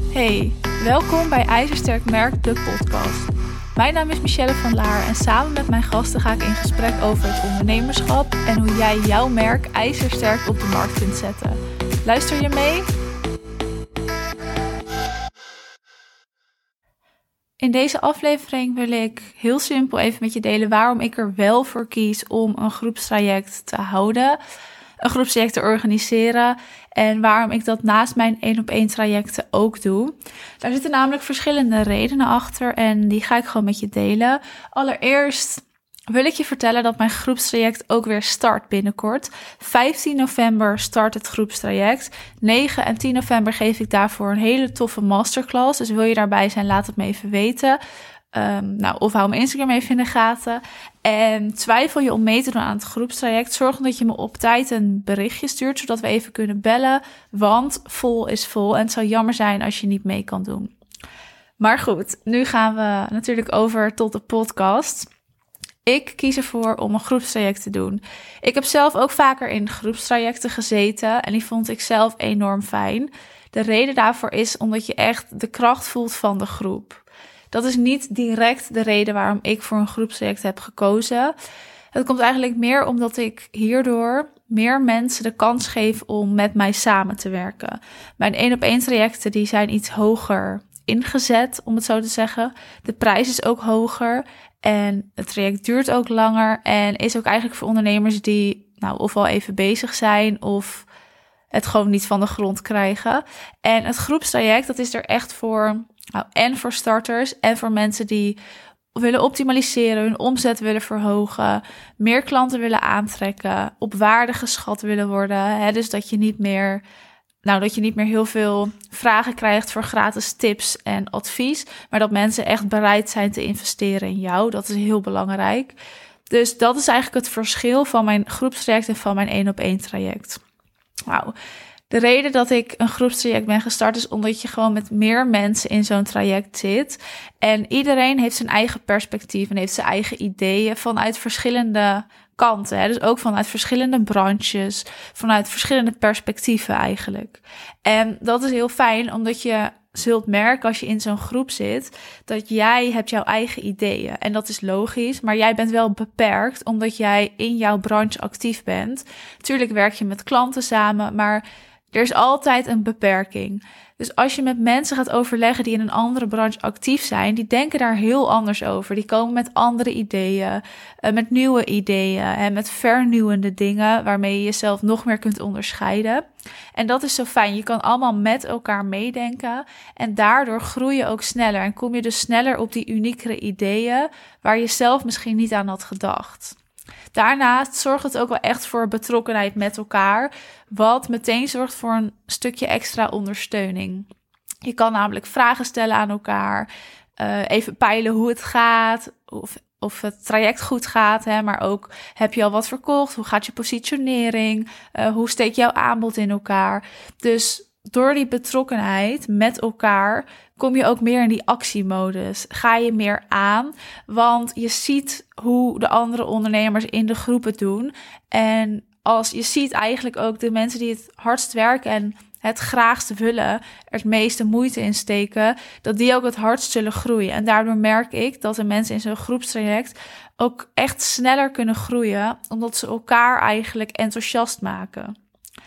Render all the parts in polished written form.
Hey, welkom bij IJzersterk Merk, de podcast. Mijn naam is Michelle van Laar en samen met mijn gasten ga ik in gesprek over het ondernemerschap en hoe jij jouw merk ijzersterk op de markt kunt zetten. Luister je mee? In deze aflevering wil ik heel simpel even met je delen waarom ik er wel voor kies om een groepstraject te houden, een groepstraject te organiseren en waarom ik dat naast mijn 1-op-1 trajecten ook doe. Daar zitten namelijk verschillende redenen achter en die ga ik gewoon met je delen. Allereerst wil ik je vertellen dat mijn groepstraject ook weer start binnenkort. 15 november start het groepstraject. 9 en 10 november geef ik daarvoor een hele toffe masterclass. Dus wil je daarbij zijn, laat het me even weten. Of hou mijn Instagram even in de gaten. En twijfel je om mee te doen aan het groepstraject, zorg dan dat je me op tijd een berichtje stuurt, zodat we even kunnen bellen. Want vol is vol en het zou jammer zijn als je niet mee kan doen. Maar goed, nu gaan we natuurlijk over tot de podcast. Ik kies ervoor om een groepstraject te doen. Ik heb zelf ook vaker in groepstrajecten gezeten en die vond ik zelf enorm fijn. De reden daarvoor is omdat je echt de kracht voelt van de groep. Dat is niet direct de reden waarom ik voor een groepstraject heb gekozen. Het komt eigenlijk meer omdat ik hierdoor meer mensen de kans geef om met mij samen te werken. Mijn 1-op-1 trajecten die zijn iets hoger ingezet, om het zo te zeggen. De prijs is ook hoger en het traject duurt ook langer en is ook eigenlijk voor ondernemers die ofwel even bezig zijn of het gewoon niet van de grond krijgen. En het groepstraject, dat is er echt voor, en voor starters en voor mensen die willen optimaliseren, hun omzet willen verhogen, meer klanten willen aantrekken, op waarde geschat willen worden. Dus dat je niet meer heel veel vragen krijgt voor gratis tips en advies, maar dat mensen echt bereid zijn te investeren in jou. Dat is heel belangrijk. Dus dat is eigenlijk het verschil van mijn groepstraject en van mijn 1-op-1 traject. De reden dat ik een groepstraject ben gestart is omdat je gewoon met meer mensen in zo'n traject zit. En iedereen heeft zijn eigen perspectief en heeft zijn eigen ideeën vanuit verschillende kanten. Dus ook vanuit verschillende branches, vanuit verschillende perspectieven eigenlijk. En dat is heel fijn omdat je zult merken als je in zo'n groep zit, dat jij hebt jouw eigen ideeën. En dat is logisch, maar jij bent wel beperkt omdat jij in jouw branche actief bent. Tuurlijk werk je met klanten samen, maar er is altijd een beperking. Dus als je met mensen gaat overleggen die in een andere branche actief zijn, die denken daar heel anders over. Die komen met andere ideeën, met nieuwe ideeën en met vernieuwende dingen waarmee je jezelf nog meer kunt onderscheiden. En dat is zo fijn. Je kan allemaal met elkaar meedenken en daardoor groei je ook sneller en kom je dus sneller op die uniekere ideeën waar je zelf misschien niet aan had gedacht. Daarnaast zorgt het ook wel echt voor betrokkenheid met elkaar, wat meteen zorgt voor een stukje extra ondersteuning. Je kan namelijk vragen stellen aan elkaar, even peilen hoe het gaat, of het traject goed gaat, maar ook heb je al wat verkocht, hoe gaat je positionering, hoe steekt jouw aanbod in elkaar. Dus door die betrokkenheid met elkaar kom je ook meer in die actiemodus. Ga je meer aan, want je ziet hoe de andere ondernemers in de groep het doen. En als je ziet eigenlijk ook de mensen die het hardst werken en het graagst willen, er het meeste moeite in steken, dat die ook het hardst zullen groeien. En daardoor merk ik dat de mensen in zo'n groepstraject ook echt sneller kunnen groeien, omdat ze elkaar eigenlijk enthousiast maken.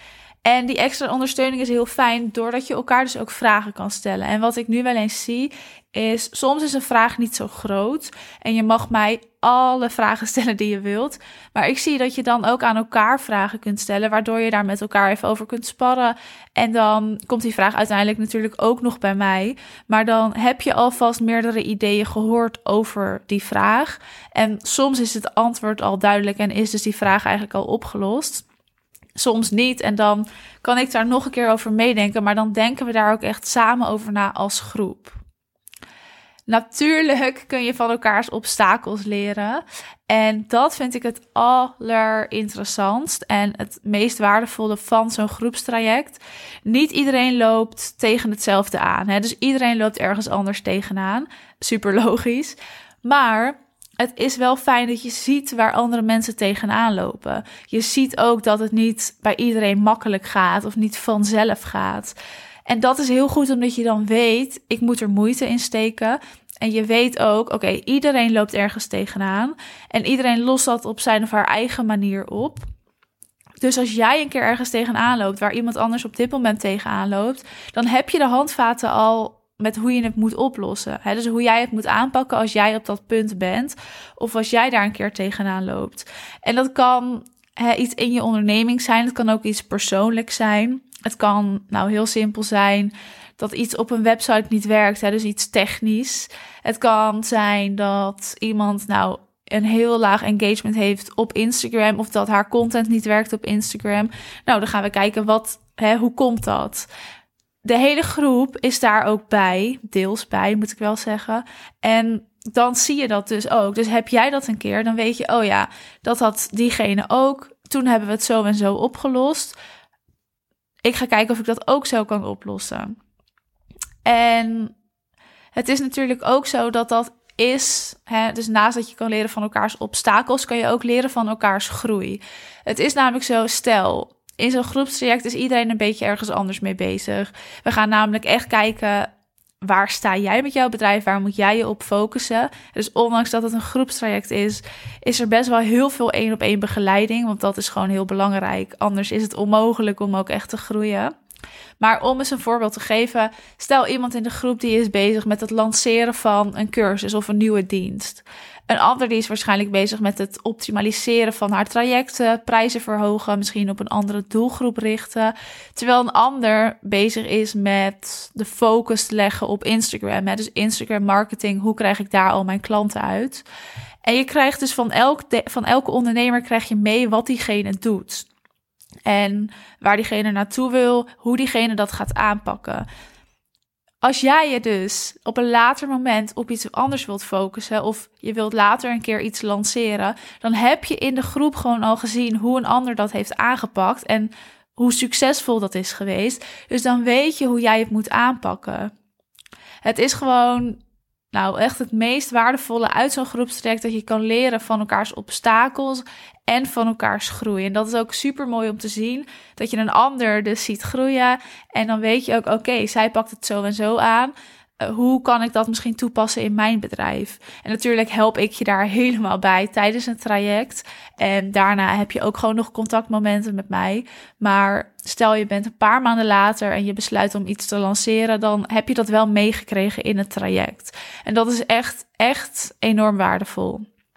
En die extra ondersteuning is heel fijn, doordat je elkaar dus ook vragen kan stellen. En wat ik nu wel eens zie, is soms is een vraag niet zo groot en je mag mij alle vragen stellen die je wilt. Maar ik zie dat je dan ook aan elkaar vragen kunt stellen, waardoor je daar met elkaar even over kunt sparren. En dan komt die vraag uiteindelijk natuurlijk ook nog bij mij. Maar dan heb je alvast meerdere ideeën gehoord over die vraag. En soms is het antwoord al duidelijk en is dus die vraag eigenlijk al opgelost. Soms niet en dan kan ik daar nog een keer over meedenken, maar dan denken we daar ook echt samen over na als groep. Natuurlijk kun je van elkaars obstakels leren en dat vind ik het allerinteressantst en het meest waardevolle van zo'n groepstraject. Niet iedereen loopt tegen hetzelfde aan, dus iedereen loopt ergens anders tegenaan, super logisch, maar het is wel fijn dat je ziet waar andere mensen tegenaan lopen. Je ziet ook dat het niet bij iedereen makkelijk gaat of niet vanzelf gaat. En dat is heel goed omdat je dan weet, ik moet er moeite in steken. En je weet ook, oké, iedereen loopt ergens tegenaan. En iedereen lost dat op zijn of haar eigen manier op. Dus als jij een keer ergens tegenaan loopt waar iemand anders op dit moment tegenaan loopt, dan heb je de handvaten al met hoe je het moet oplossen. Dus hoe jij het moet aanpakken als jij op dat punt bent of als jij daar een keer tegenaan loopt. En dat kan iets in je onderneming zijn, het kan ook iets persoonlijks zijn. Het kan heel simpel zijn dat iets op een website niet werkt, dus iets technisch. Het kan zijn dat iemand een heel laag engagement heeft op Instagram of dat haar content niet werkt op Instagram. Dan gaan we kijken hoe komt dat? De hele groep is daar ook bij, deels bij moet ik wel zeggen. En dan zie je dat dus ook. Dus heb jij dat een keer, dan weet je, dat had diegene ook. Toen hebben we het zo en zo opgelost. Ik ga kijken of ik dat ook zo kan oplossen. En het is natuurlijk ook zo dat is, dus naast dat je kan leren van elkaars obstakels, kan je ook leren van elkaars groei. Het is namelijk zo, stel, in zo'n groepstraject is iedereen een beetje ergens anders mee bezig. We gaan namelijk echt kijken, waar sta jij met jouw bedrijf? Waar moet jij je op focussen? Dus ondanks dat het een groepstraject is er best wel heel veel 1-op-1 begeleiding, want dat is gewoon heel belangrijk. Anders is het onmogelijk om ook echt te groeien. Maar om eens een voorbeeld te geven, stel iemand in de groep die is bezig met het lanceren van een cursus of een nieuwe dienst. Een ander die is waarschijnlijk bezig met het optimaliseren van haar trajecten, prijzen verhogen, misschien op een andere doelgroep richten. Terwijl een ander bezig is met de focus te leggen op Instagram. Dus Instagram marketing, hoe krijg ik daar al mijn klanten uit? En je krijgt dus van elke ondernemer krijg je mee wat diegene doet. En waar diegene naartoe wil, hoe diegene dat gaat aanpakken. Als jij je dus op een later moment op iets anders wilt focussen of je wilt later een keer iets lanceren, dan heb je in de groep gewoon al gezien hoe een ander dat heeft aangepakt en hoe succesvol dat is geweest. Dus dan weet je hoe jij het moet aanpakken. Het is gewoon echt het meest waardevolle uit zo'n groepstraject dat je kan leren van elkaars obstakels en van elkaars groei. En dat is ook super mooi om te zien, dat je een ander dus ziet groeien. En dan weet je ook, oké, zij pakt het zo en zo aan. Hoe kan ik dat misschien toepassen in mijn bedrijf? En natuurlijk help ik je daar helemaal bij tijdens een traject. En daarna heb je ook gewoon nog contactmomenten met mij. Maar stel je bent een paar maanden later en je besluit om iets te lanceren, dan heb je dat wel meegekregen in het traject. En dat is echt enorm waardevol.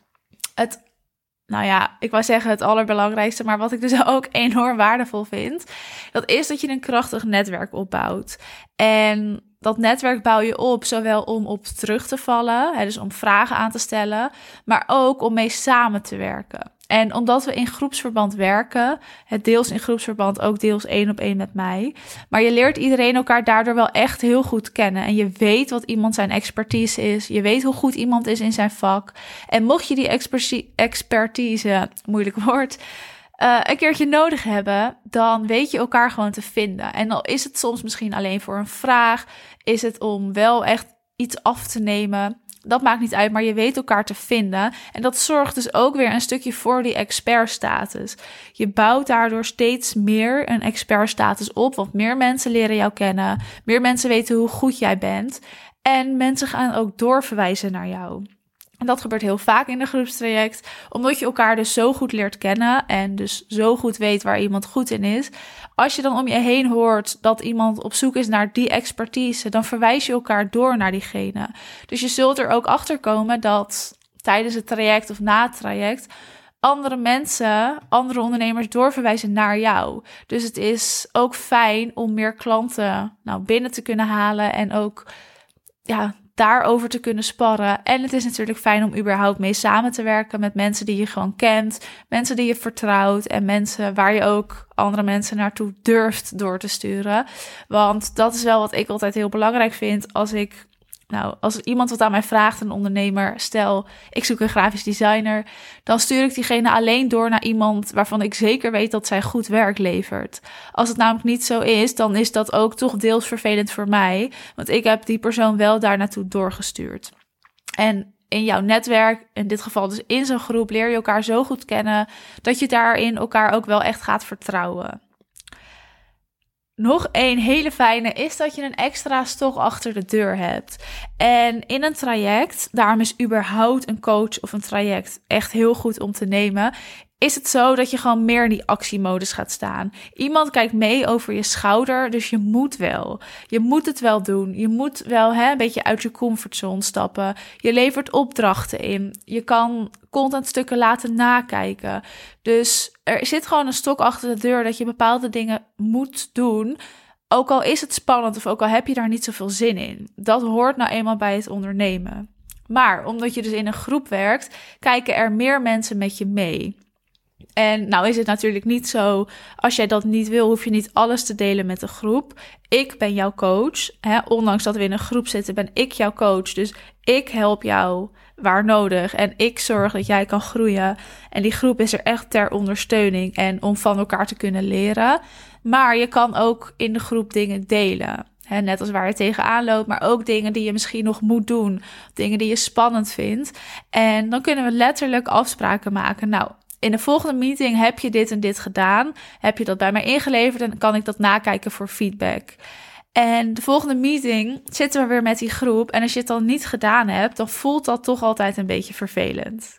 Ik wou zeggen het allerbelangrijkste, maar wat ik dus ook enorm waardevol vind, dat is dat je een krachtig netwerk opbouwt. En dat netwerk bouw je op, zowel om op terug te vallen, dus om vragen aan te stellen, maar ook om mee samen te werken. En omdat we in groepsverband werken, het deels in groepsverband, ook deels 1-op-1 met mij, maar je leert iedereen elkaar daardoor wel echt heel goed kennen. En je weet wat iemand zijn expertise is, je weet hoe goed iemand is in zijn vak. En mocht je die expertise, moeilijk woord, een keertje nodig hebben, dan weet je elkaar gewoon te vinden. En al is het soms misschien alleen voor een vraag, is het om wel echt iets af te nemen. Dat maakt niet uit, maar je weet elkaar te vinden. En dat zorgt dus ook weer een stukje voor die expertstatus. Je bouwt daardoor steeds meer een expertstatus op, want meer mensen leren jou kennen. Meer mensen weten hoe goed jij bent. En mensen gaan ook doorverwijzen naar jou. En dat gebeurt heel vaak in een groepstraject, omdat je elkaar dus zo goed leert kennen en dus zo goed weet waar iemand goed in is. Als je dan om je heen hoort dat iemand op zoek is naar die expertise, dan verwijs je elkaar door naar diegene. Dus je zult er ook achter komen dat tijdens het traject of na het traject andere mensen, andere ondernemers doorverwijzen naar jou. Dus het is ook fijn om meer klanten binnen te kunnen halen en ook daarover te kunnen sparren. En het is natuurlijk fijn om überhaupt mee samen te werken met mensen die je gewoon kent, mensen die je vertrouwt en mensen waar je ook andere mensen naartoe durft door te sturen. Want dat is wel wat ik altijd heel belangrijk vind als iemand wat aan mij vraagt, een ondernemer, stel ik zoek een grafisch designer, dan stuur ik diegene alleen door naar iemand waarvan ik zeker weet dat zij goed werk levert. Als het namelijk niet zo is, dan is dat ook toch deels vervelend voor mij, want ik heb die persoon wel daar naartoe doorgestuurd. En in jouw netwerk, in dit geval dus in zo'n groep, leer je elkaar zo goed kennen dat je daarin elkaar ook wel echt gaat vertrouwen. nog één hele fijne is dat je een extra stok achter de deur hebt. En in een traject, daarom is überhaupt een coach of een traject echt heel goed om te nemen, is het zo dat je gewoon meer in die actiemodus gaat staan. Iemand kijkt mee over je schouder, dus je moet wel. Je moet het wel doen. Je moet wel een beetje uit je comfortzone stappen. Je levert opdrachten in. Je kan contentstukken laten nakijken. Dus er zit gewoon een stok achter de deur dat je bepaalde dingen moet doen. Ook al is het spannend of ook al heb je daar niet zoveel zin in. Dat hoort nou eenmaal bij het ondernemen. Maar omdat je dus in een groep werkt, kijken er meer mensen met je mee. En nou is het natuurlijk niet zo, als jij dat niet wil, hoef je niet alles te delen met de groep. Ik ben jouw coach. Ondanks dat we in een groep zitten, ben ik jouw coach. Dus ik help jou waar nodig en ik zorg dat jij kan groeien. En die groep is er echt ter ondersteuning en om van elkaar te kunnen leren. Maar je kan ook in de groep dingen delen. Net als waar je tegenaan loopt, maar ook dingen die je misschien nog moet doen. Dingen die je spannend vindt. En dan kunnen we letterlijk afspraken maken. Nou, in de volgende meeting heb je dit en dit gedaan. Heb je dat bij mij ingeleverd en kan ik dat nakijken voor feedback. En de volgende meeting zitten we weer met die groep. En als je het dan niet gedaan hebt, dan voelt dat toch altijd een beetje vervelend.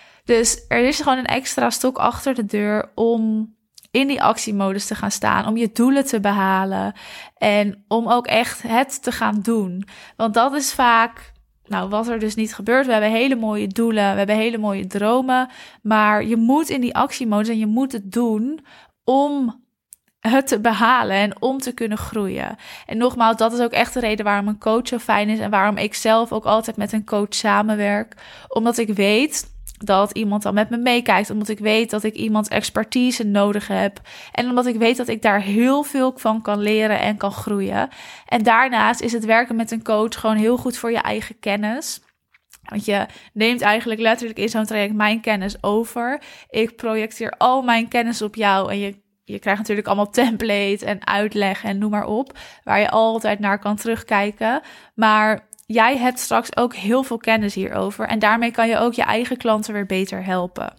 Dus er is gewoon een extra stok achter de deur om in die actiemodus te gaan staan. Om je doelen te behalen. En om ook echt het te gaan doen. Want dat is vaak wat er dus niet gebeurt. We hebben hele mooie doelen, we hebben hele mooie dromen. Maar je moet in die actiemodus en je moet het doen om het te behalen en om te kunnen groeien. En nogmaals, dat is ook echt de reden waarom een coach zo fijn is en waarom ik zelf ook altijd met een coach samenwerk. Omdat ik weet dat iemand dan met me meekijkt, omdat ik weet dat ik iemands expertise nodig heb en omdat ik weet dat ik daar heel veel van kan leren en kan groeien. En daarnaast is het werken met een coach gewoon heel goed voor je eigen kennis. Want je neemt eigenlijk letterlijk in zo'n traject mijn kennis over. Ik projecteer al mijn kennis op jou en je krijgt natuurlijk allemaal template en uitleg en noem maar op, waar je altijd naar kan terugkijken. Maar jij hebt straks ook heel veel kennis hierover en daarmee kan je ook je eigen klanten weer beter helpen.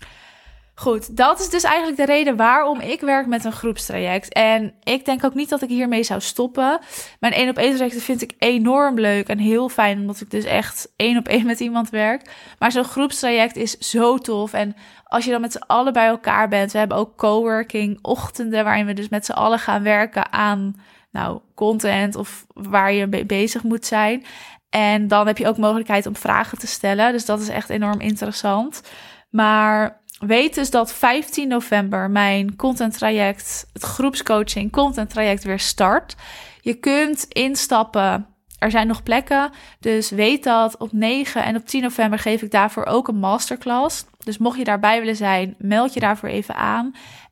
Goed, dat is dus eigenlijk de reden waarom ik werk met een groepstraject. En ik denk ook niet dat ik hiermee zou stoppen. Mijn 1-op-1 trajecten vind ik enorm leuk en heel fijn, omdat ik dus echt 1-op-1 met iemand werk. Maar zo'n groepstraject is zo tof. En als je dan met z'n allen bij elkaar bent, we hebben ook coworking ochtenden waarin we dus met z'n allen gaan werken aan content of waar je mee bezig moet zijn. En dan heb je ook mogelijkheid om vragen te stellen. Dus dat is echt enorm interessant. Maar weet dus dat 15 november mijn content traject, het groepscoaching content traject weer start. Je kunt instappen. Er zijn nog plekken, dus weet dat op 9 en op 10 november geef ik daarvoor ook een masterclass. Dus mocht je daarbij willen zijn, meld je daarvoor even aan.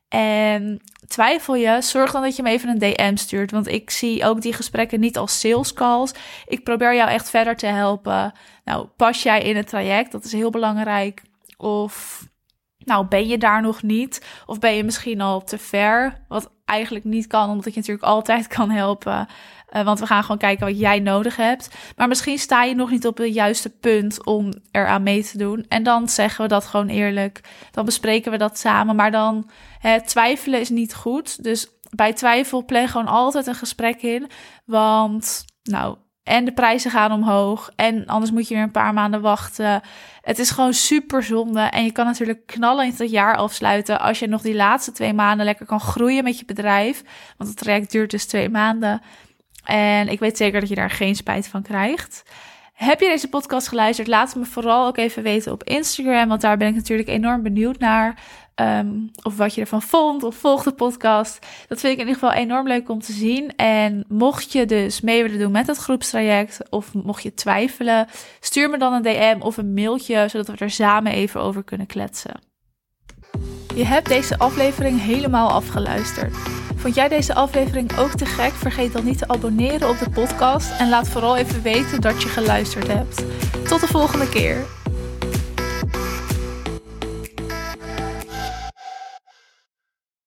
En twijfel je, zorg dan dat je me even een DM stuurt. Want ik zie ook die gesprekken niet als sales calls. Ik probeer jou echt verder te helpen. Pas jij in het traject? Dat is heel belangrijk. Of ben je daar nog niet? Of ben je misschien al te ver? Wat eigenlijk niet kan, omdat ik je natuurlijk altijd kan helpen. Want we gaan gewoon kijken wat jij nodig hebt. Maar misschien sta je nog niet op het juiste punt om eraan mee te doen. En dan zeggen we dat gewoon eerlijk. Dan bespreken we dat samen. Maar dan twijfelen is niet goed. Dus bij twijfel plan gewoon altijd een gesprek in. Want en de prijzen gaan omhoog. En anders moet je weer een paar maanden wachten. Het is gewoon super zonde. En je kan natuurlijk knallend het jaar afsluiten als je nog die laatste 2 maanden lekker kan groeien met je bedrijf. Want het traject duurt dus 2 maanden. En ik weet zeker dat je daar geen spijt van krijgt. Heb je deze podcast geluisterd? Laat het me vooral ook even weten op Instagram. Want daar ben ik natuurlijk enorm benieuwd naar. Of wat je ervan vond. Of volg de podcast. Dat vind ik in ieder geval enorm leuk om te zien. En mocht je dus mee willen doen met het groepstraject. Of mocht je twijfelen. Stuur me dan een DM of een mailtje. Zodat we er samen even over kunnen kletsen. Je hebt deze aflevering helemaal afgeluisterd. Vond jij deze aflevering ook te gek? Vergeet dan niet te abonneren op de podcast. En laat vooral even weten dat je geluisterd hebt. Tot de volgende keer.